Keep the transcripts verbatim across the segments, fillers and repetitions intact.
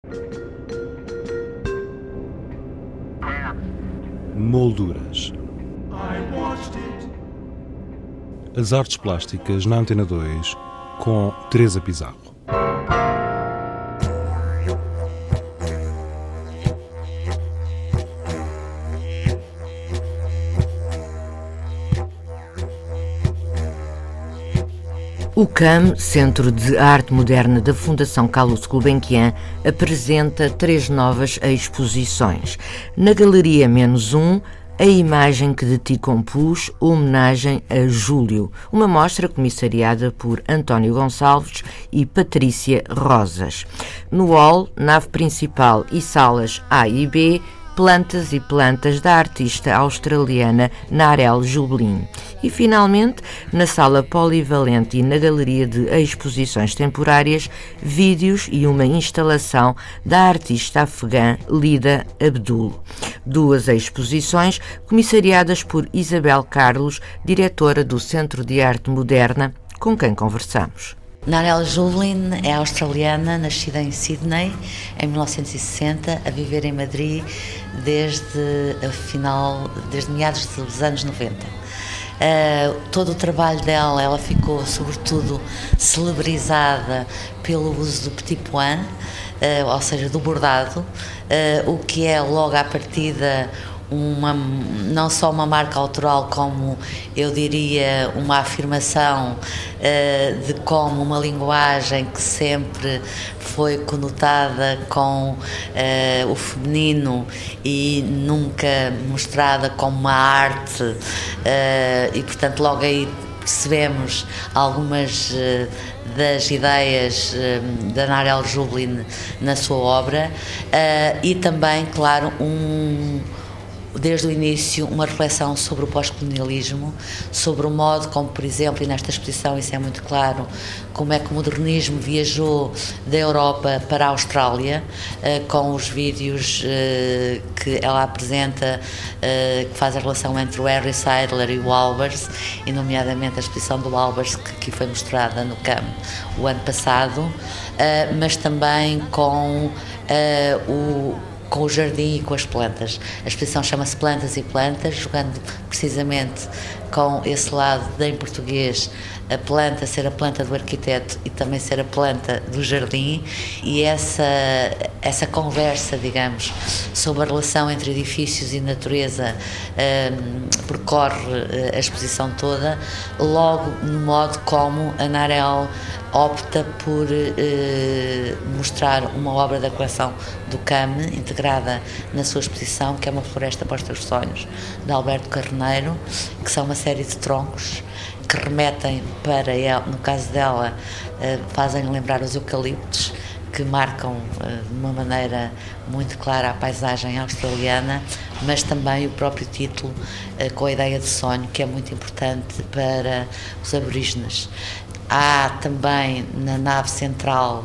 Molduras. As artes plásticas na Antena dois com Teresa Pizarro. O C A M, Centro de Arte Moderna da Fundação Calouste Gulbenkian, apresenta três novas exposições. Na Galeria Menos Um, A Imagem que de Ti Compus, homenagem a Júlio, uma mostra comissariada por António Gonçalves e Patrícia Rosas. No hall, nave principal e salas A e B, Plantas e Plantas da artista australiana Narelle Jublin. E, finalmente, na sala polivalente e na galeria de exposições temporárias, vídeos e uma instalação da artista afegã Lida Abdul. Duas exposições comissariadas por Isabel Carlos, diretora do Centro de Arte Moderna, com quem conversamos. Narelle Jublin é australiana, nascida em Sydney em mil novecentos e sessenta, a viver em Madrid desde a final, desde meados dos anos noventa. Uh, todo o trabalho dela, ela ficou sobretudo celebrizada pelo uso do petit point, uh, ou seja, do bordado, uh, o que é logo à partida uma, não só uma marca autoral, como eu diria uma afirmação uh, de como uma linguagem que sempre foi conotada com uh, o feminino e nunca mostrada como uma arte, uh, e portanto logo aí percebemos algumas uh, das ideias uh, da Narelle Jublin na sua obra, uh, e também, claro, um desde o início uma reflexão sobre o pós-colonialismo, sobre o modo como, por exemplo, e nesta exposição isso é muito claro, como é que o modernismo viajou da Europa para a Austrália, uh, com os vídeos uh, que ela apresenta, uh, que faz a relação entre o Harry Seidler e o Albers, e nomeadamente a exposição do Albers, que aqui foi mostrada no C A M o ano passado, uh, mas também com uh, o com o jardim e com as plantas. A exposição chama-se Plantas e Plantas, jogando precisamente com esse lado de, em português, a planta ser a planta do arquiteto e também ser a planta do jardim, e essa, essa conversa, digamos, sobre a relação entre edifícios e natureza um, percorre a exposição toda, logo no modo como a Narelle opta por uh, mostrar uma obra da coleção do C A M, integrada na sua exposição, que é uma floresta posta aos sonhos, de Alberto Carneiro, que são uma série de troncos que remetem para ela, no caso dela, uh, fazem lembrar os eucaliptos, que marcam uh, de uma maneira muito clara a paisagem australiana, mas também o próprio título, uh, com a ideia de sonho, que é muito importante para os aborígenes. Há também na nave central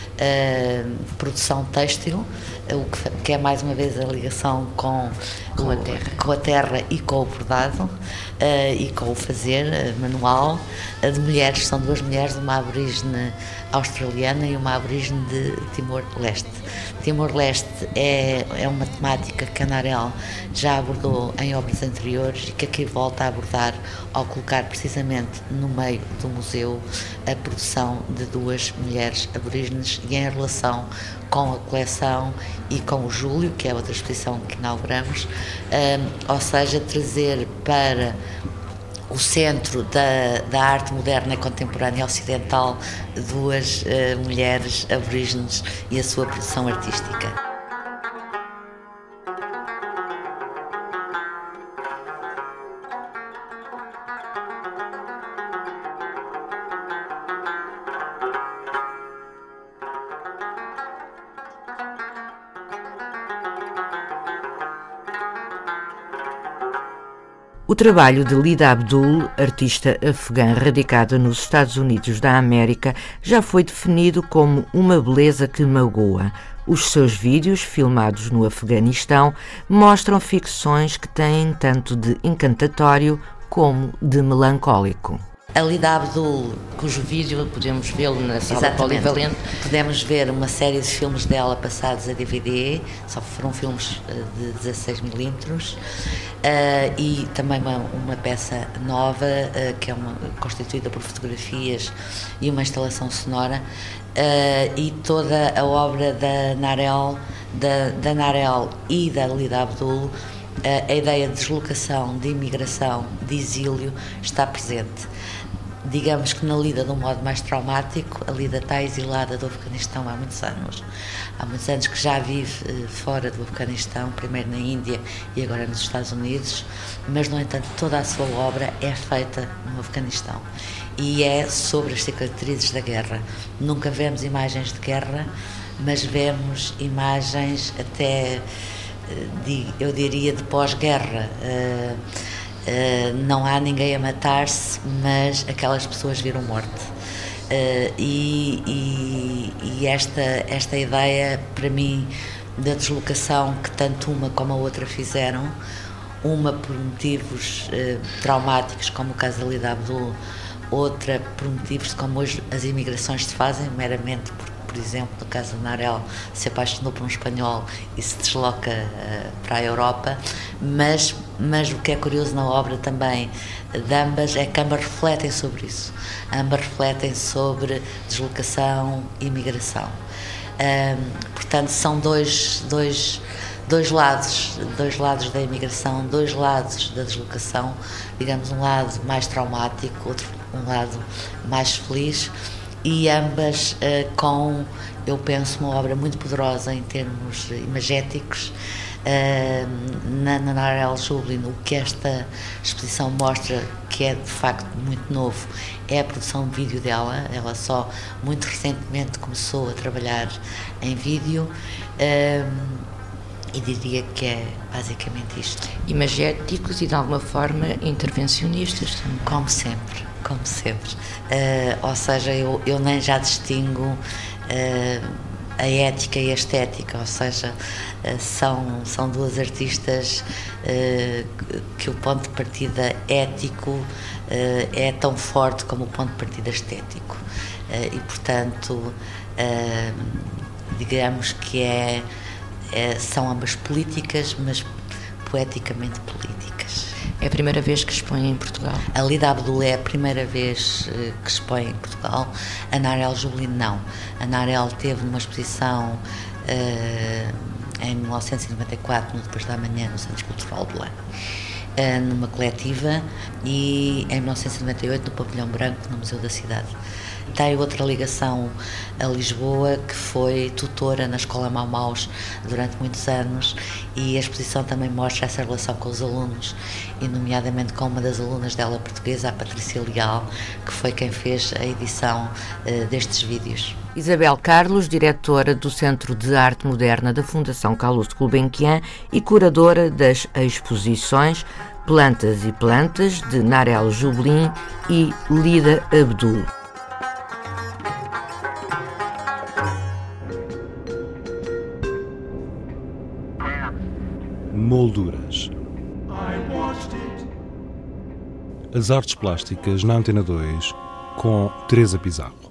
uh, produção têxtil, o que, que é mais uma vez a ligação com, com, a, terra. com a terra e com o bordado, uh, e com o fazer uh, manual, uh, de mulheres, são duas mulheres, uma aborígene australiana e uma aborígene de Timor-Leste. Timor-Leste é, é uma temática que a Narelle já abordou em obras anteriores e que aqui volta a abordar ao colocar precisamente no meio do museu a produção de duas mulheres aborígenes e em relação com a coleção e com o Júlio, que é outra exposição que inauguramos, um, ou seja, trazer para o centro da, da arte moderna e contemporânea ocidental duas uh, mulheres aborígenes e a sua produção artística. O trabalho de Lida Abdul, artista afegã radicada nos Estados Unidos da América, já foi definido como uma beleza que magoa. Os seus vídeos, filmados no Afeganistão, mostram ficções que têm tanto de encantatório como de melancólico. A Lida Abdul, cujo vídeo podemos vê-lo na sala exatamente, polivalente. Podemos ver uma série de filmes dela passados a D V D, só foram filmes de dezasseis milímetros, uh, e também uma, uma peça nova, uh, que é uma, constituída por fotografias e uma instalação sonora, uh, e toda a obra da Narel, da, da Narel e da Lida Abdul. A ideia de deslocação, de imigração, de exílio está presente. Digamos que na Lida de um modo mais traumático, a Lida está exilada do Afeganistão há muitos anos. Há muitos anos que já vive eh, fora do Afeganistão, primeiro na Índia e agora nos Estados Unidos, mas, no entanto, toda a sua obra é feita no Afeganistão e é sobre as cicatrizes da guerra. Nunca vemos imagens de guerra, mas vemos imagens até, eu diria, de pós-guerra. Uh, não há ninguém a matar-se, mas aquelas pessoas viram morte. Uh, e e, e esta, esta ideia, para mim, da deslocação que tanto uma como a outra fizeram, uma por motivos uh, traumáticos, como o caso da Lida Abdul, outra por motivos de como hoje as imigrações se fazem, meramente por Por exemplo, no caso de Narel, se apaixonou por um espanhol e se desloca uh, para a Europa, mas, mas o que é curioso na obra também de ambas é que ambas refletem sobre isso, ambas refletem sobre deslocação e imigração. Um, portanto, são dois, dois, dois lados, dois lados da imigração, dois lados da deslocação, digamos, um lado mais traumático, outro um lado mais feliz, e ambas uh, com, eu penso, uma obra muito poderosa em termos imagéticos. Uh, na na Narel Jublin, o que esta exposição mostra, que é de facto muito novo, é a produção de vídeo dela. Ela só muito recentemente começou a trabalhar em vídeo, uh, e diria que é basicamente isto. Imagéticos e de alguma forma intervencionistas também. Como sempre, como sempre. Uh, ou seja, eu, eu nem já distingo uh, a ética e a estética, ou seja, uh, são, são duas artistas uh, que o ponto de partida ético uh, é tão forte como o ponto de partida estético. Uh, e, portanto, uh, digamos que é É, são ambas políticas, mas poeticamente políticas. É a primeira vez que expõe em Portugal? A Lida Abdul é a primeira vez uh, que expõe em Portugal. A Narel Jublin não. A Narel teve uma exposição uh, em mil novecentos e noventa e quatro, no Depois da Manhã, no Centro Cultural de Belém, uh, numa coletiva, e em mil novecentos e noventa e oito no Pavilhão Branco, no Museu da Cidade. Tem outra ligação a Lisboa, que foi tutora na Escola Mau Maus durante muitos anos, e a exposição também mostra essa relação com os alunos, e nomeadamente com uma das alunas dela portuguesa, a Patrícia Leal, que foi quem fez a edição uh, destes vídeos. Isabel Carlos, diretora do Centro de Arte Moderna da Fundação Carlos Gulbenkian e curadora das exposições Plantas e Plantas, de Narel Jublin e Lida Abdul. Molduras. As artes plásticas na Antena dois, com Teresa Pizarro.